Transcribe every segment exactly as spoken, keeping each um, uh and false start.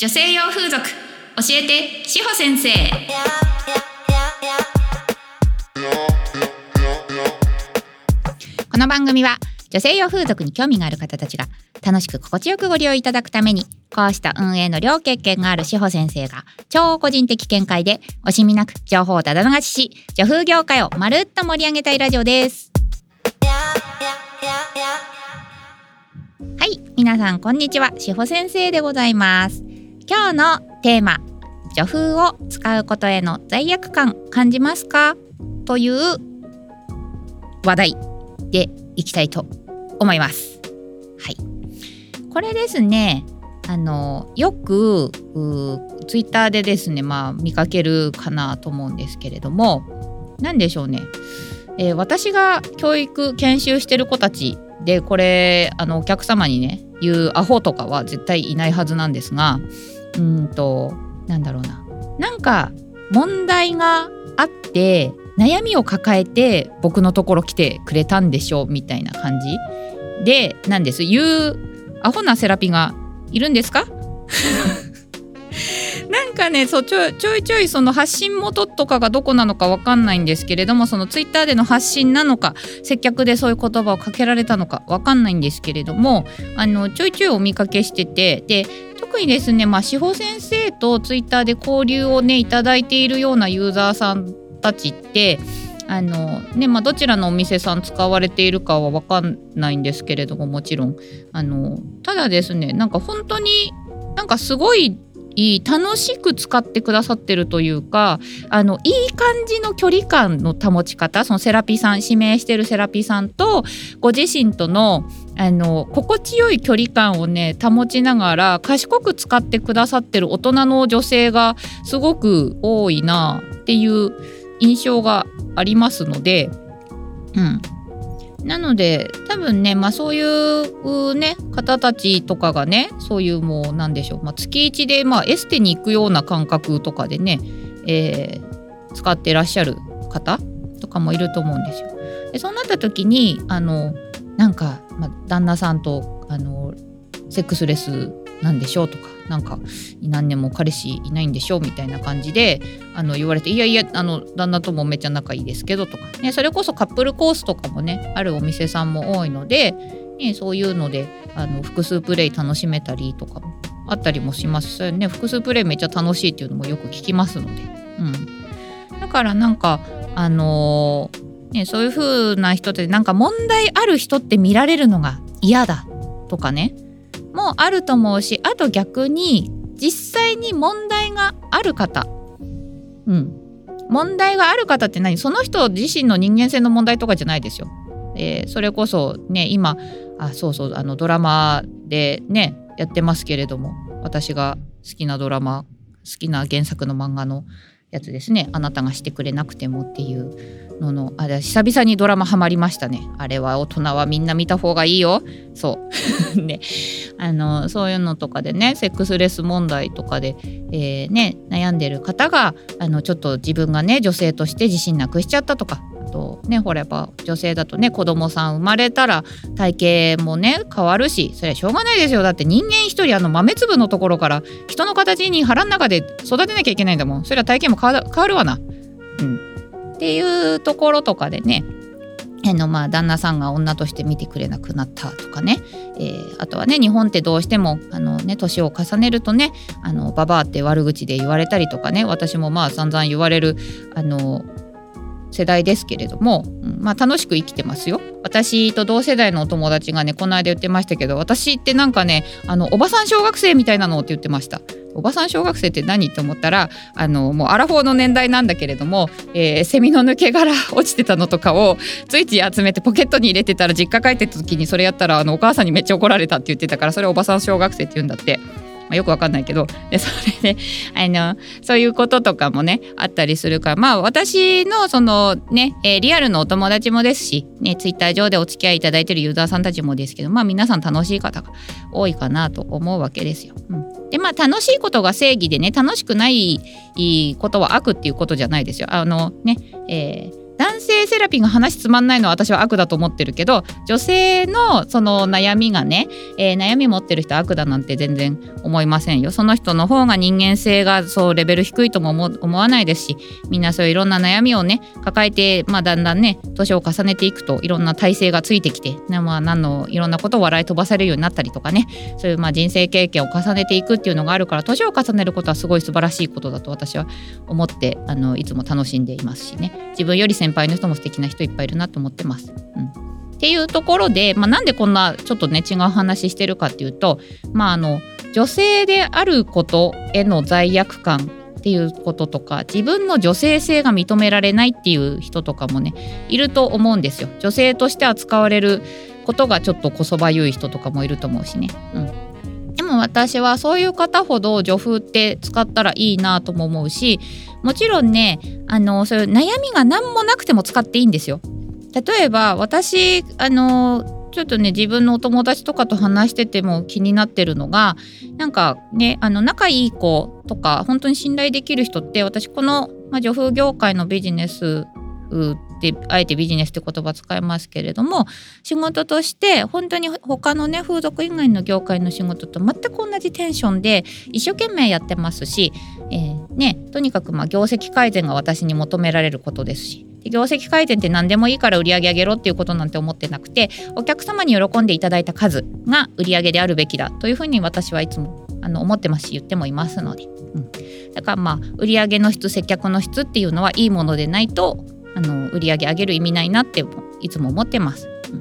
女性用風俗教えて志保先生。この番組は女性用風俗に興味がある方たちが楽しく心地よくご利用いただくために、こうした運営の両経験がある志保先生が超個人的見解で惜しみなく情報をただ流しし、女風業界をまるっと盛り上げたいラジオです。はい、皆さんこんにちは、志保先生でございます。今日のテーマ、女風を使うことへの罪悪感感じますかという話題でいきたいと思います。はい、これですね、あのよくツイッターでですね、まあ見かけるかなと思うんですけれども、なんでしょうね、えー、私が教育研修してる子たちで、これあのお客様にね言うアホとかは絶対いないはずなんですが、うーんとなんだろうな、なんか問題があって悩みを抱えて僕のところ来てくれたんでしょみたいな感じでなんです。言うアホなセラピがいるんですかなんかね、そうちょ、ちょいちょいその発信元とかがどこなのか分かんないんですけれども、そのツイッターでの発信なのか接客でそういう言葉をかけられたのか分かんないんですけれども、あのちょいちょいお見かけしてて、で特にですね、まあ、志保先生とツイッターで交流をねいただいているようなユーザーさんたちってあの、ねまあ、どちらのお店さん使われているかは分かんないんですけれども、もちろんあのただですね、なんか本当になんかすごい楽しく使ってくださってるというか、あのいい感じの距離感の保ち方、そのセラピーさん、指名してるセラピーさんとご自身とのあの心地よい距離感をね保ちながら賢く使ってくださってる大人の女性がすごく多いなっていう印象がありますので、うんなので多分ね、まあ、そういうね方たちとかがね、そういうもうなんでしょう、まあ、月一でまあエステに行くような感覚とかでね、えー、使ってらっしゃる方とかもいると思うんですよ。でそうなった時にあのなんか、まあ、旦那さんとあのセックスレスなんでしょうとか、なんか何年も彼氏いないんでしょうみたいな感じであの言われて、いやいやあの旦那ともめっちゃ仲いいですけどとか、ね、それこそカップルコースとかもねあるお店さんも多いので、ね、そういうのであの複数プレイ楽しめたりとかもあったりもしますし、ね、複数プレイめっちゃ楽しいっていうのもよく聞きますので、うん、だからなんかあのーね、そういう風な人ってなんか問題ある人って見られるのが嫌だとかねもあると思うし、あと逆に実際に問題がある方、うん、問題がある方って何、その人自身の人間性の問題とかじゃないですよ。えー、それこそね今あそうそうあのドラマでねやってますけれども、私が好きなドラマ好きな原作の漫画のやつですね、あなたがしてくれなくてもっていうののあれ久々にドラマハマりましたね。あれは大人はみんな見た方がいいよ。そうね、あのそういうのとかでね、セックスレス問題とかで、えーね、悩んでる方があのちょっと自分がね女性として自信なくしちゃったとか、あとねほらやっぱ女性だとね子供さん生まれたら体型もね変わるし、それはしょうがないですよ。だって人間一人あの豆粒のところから人の形に腹の中で育てなきゃいけないんだもん。それは体型も変わる、変わるわな、うんっていうところとかでね、あのまあ旦那さんが女として見てくれなくなったとかね、えー、あとはね日本ってどうしてもあのね年を重ねるとねあのババアって悪口で言われたりとかね、私もまあ散々言われるあの世代ですけれども、うん、まあ楽しく生きてますよ。私と同世代のお友達がねこの間言ってましたけど、私ってなんかねあのおばさん小学生みたいなのって言ってました。おばさん小学生って何と思ったら、あのもうアラフォーの年代なんだけれども、えー、セミの抜け殻落ちてたのとかをついつい集めてポケットに入れてたら、実家帰ってた時にそれやったらあのお母さんにめっちゃ怒られたって言ってたから、それおばさん小学生って言うんだって。まあ、よくわかんないけど、でそれであのそういうこととかもねあったりするから、まあ私のそのね、えー、リアルのお友達もですし、ね、ツイッター上でお付き合いいただいているユーザーさんたちもですけど、まあ皆さん楽しい方が多いかなと思うわけですよ。うん、でまあ楽しいことが正義でね、楽しくないことは悪っていうことじゃないですよ。あのね、えー男性セラピーが話つまんないのは私は悪だと思ってるけど、女性のその悩みがね、えー、悩み持ってる人悪だなんて全然思いませんよ。その人の方が人間性がそうレベル低いとも 思, 思わないですし、みんなそういういろんな悩みをね抱えて、まあ、だんだんね年を重ねていくといろんな体制がついてきて、ねまあ、何のいろんなことを笑い飛ばされるようになったりとかね、そういうまあ人生経験を重ねていくっていうのがあるから、年を重ねることはすごい素晴らしいことだと私は思ってあのいつも楽しんでいますしね、自分より先輩の人も素敵な人いっぱいいるなと思ってます、うん、っていうところで、まあ、なんでこんなちょっとね違う話してるかっていうと、まあ、あの女性であることへの罪悪感っていうこととか、自分の女性性が認められないっていう人とかもねいると思うんですよ。女性として扱われることがちょっとこそばゆい人とかもいると思うしね、うん、でも私はそういう方ほど女風って使ったらいいなとも思うし、もちろんねあのそういう悩みが何もなくても使っていいんですよ。例えば私あのちょっとね自分のお友達とかと話してても気になってるのが、なんかねあの仲いい子とか本当に信頼できる人って、私この、まあ、女風業界のビジネスであえてビジネスって言葉使いますけれども、仕事として本当に他のね風俗以外の業界の仕事と全く同じテンションで一生懸命やってますし、えーね、とにかくまあ業績改善が私に求められることですし、業績改善って何でもいいから売り上げ上げろっていうことなんて思ってなくて、お客様に喜んでいただいた数が売り上げであるべきだというふうに私はいつもあの思ってますし言ってもいますので、うん、だからまあ売り上げの質接客の質っていうのはいいものでないとあの売り上げ上げる意味ないなっていつも思ってます、うん、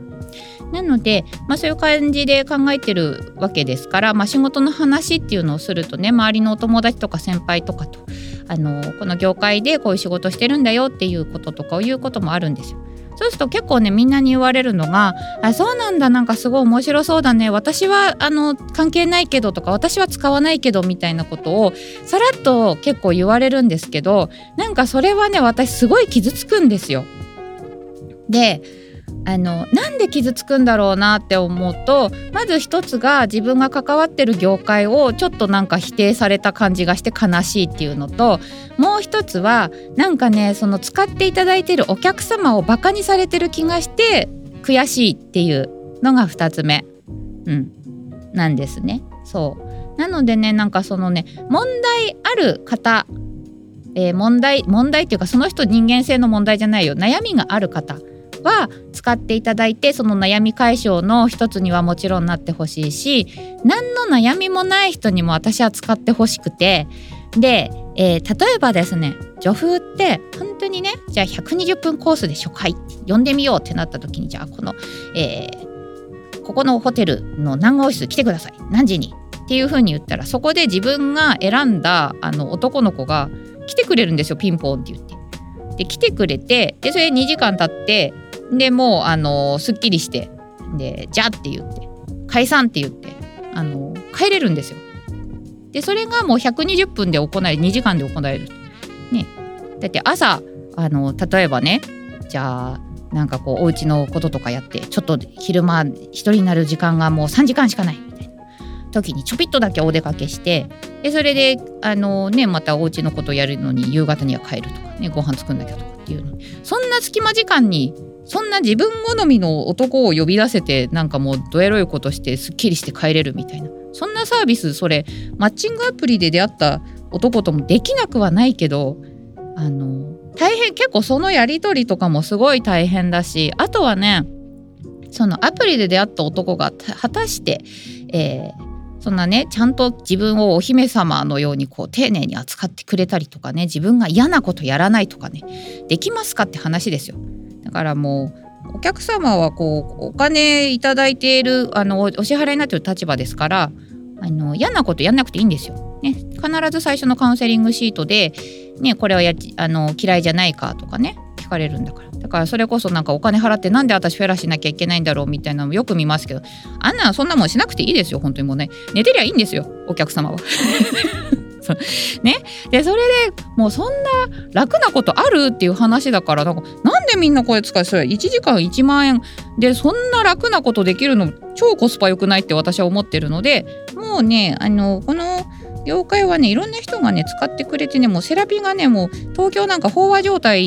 なので、まあ、そういう感じで考えてるわけですから、まあ、仕事の話っていうのをするとね、周りのお友達とか先輩とかとあのこの業界でこういう仕事してるんだよっていうこととかを言うこともあるんですよ。そうすると結構ねみんなに言われるのが、あ、そうなんだ、なんかすごい面白そうだね、私はあの関係ないけどとか、私は使わないけどみたいなことをさらっと結構言われるんですけど、なんかそれはね私すごい傷つくんですよ。であのなんで傷つくんだろうなって思うと、まず一つが自分が関わってる業界をちょっとなんか否定された感じがして悲しいっていうのと、もう一つはなんかねその使っていただいてるお客様をバカにされてる気がして悔しいっていうのが二つ目、うん、なんですね。そうなのでね、なんかそのね問題ある方、えー、問題問題っていうかその人人間性の問題じゃないよ、悩みがある方は使っていただいて、その悩み解消の一つにはもちろんなってほしいし、何の悩みもない人にも私は使ってほしくて、で、えー、例えばですね、女風って本当にね、じゃあひゃくにじゅっぷんコースで初回呼んでみようってなった時に、じゃあこの、えー、ここのホテルの何号室来てください、何時にっていう風に言ったら、そこで自分が選んだあの男の子が来てくれるんですよ、ピンポンって言って。で来てくれて、でそれにじかん経って、でもうあのすっきりして、でじゃあって言って解散って言ってあの帰れるんですよ。でそれがもうひゃくにじゅっぷんで行える、にじかんで行える、ね、だって朝あの例えばね、じゃあなんかこうお家のこととかやって、ちょっと昼間一人になる時間がもうさんじかんしかないみたいな時にちょぴっとだけお出かけして、でそれであのねまたお家のことやるのに夕方には帰るとかね、ご飯作んなきゃとかっていうのに、そんな隙間時間にそんな自分好みの男を呼び出せて、なんかもうどエロいことしてすっきりして帰れるみたいな、そんなサービス、それマッチングアプリで出会った男ともできなくはないけど、あの大変、結構そのやり取りとかもすごい大変だし、あとはねそのアプリで出会った男が果たして、えーそんなねちゃんと自分をお姫様のようにこう丁寧に扱ってくれたりとかね、自分が嫌なことやらないとかね、できますかって話ですよ。だからもうお客様はこうお金いただいているあのお支払いになっている立場ですから、あの嫌なことやんなくていいんですよ、ね、必ず最初のカウンセリングシートで、ね、これはやあの嫌いじゃないかとかね聞かれるんだから。だからそれこそなんかお金払ってなんで私フェラしなきゃいけないんだろうみたいなのもよく見ますけど、あんなそんなもんしなくていいですよ。本当にもうね、寝てりゃいいんですよお客様はそうね、でそれでもうそんな楽なことあるっていう話だから、なんかなんでみんなこれ使う、それいちじかんいちまんえんでそんな楽なことできるの超コスパ良くないって私は思ってるので、もうねあのこの業界はねいろんな人がね使ってくれてね、もうセラピーがねもう東京なんか飽和状態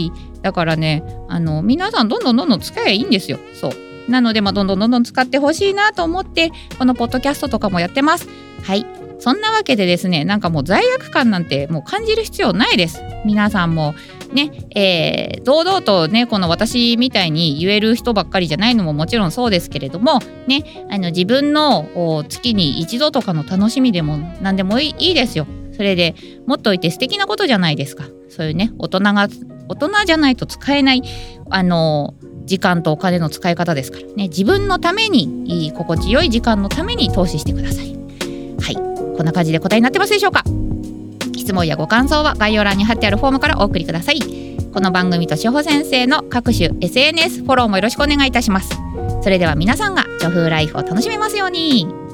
だからね、あの皆さんどんどんどんどん使えばいいんですよ。そうなので、まあ、どんどんどんどん使ってほしいなと思ってこのポッドキャストとかもやってます。はい、そんなわけでですね、なんかもう罪悪感なんてもう感じる必要ないです。皆さんもね、えー、堂々とね、この私みたいに言える人ばっかりじゃないのももちろんそうですけれどもね、あの自分の月に一度とかの楽しみでも何でもいい、いいですよ。それで持っといて素敵なことじゃないですか。そういうね、大人が大人じゃないと使えないあの時間とお金の使い方ですからね。自分のためにいい心地よい時間のために投資してください。はい、こんな感じで答えになってますでしょうか。質問やご感想は概要欄に貼ってあるフォームからお送りください。この番組としほ先生の各種 エスエヌエス フォローもよろしくお願いいたします。それでは皆さんが女風ライフを楽しめますように。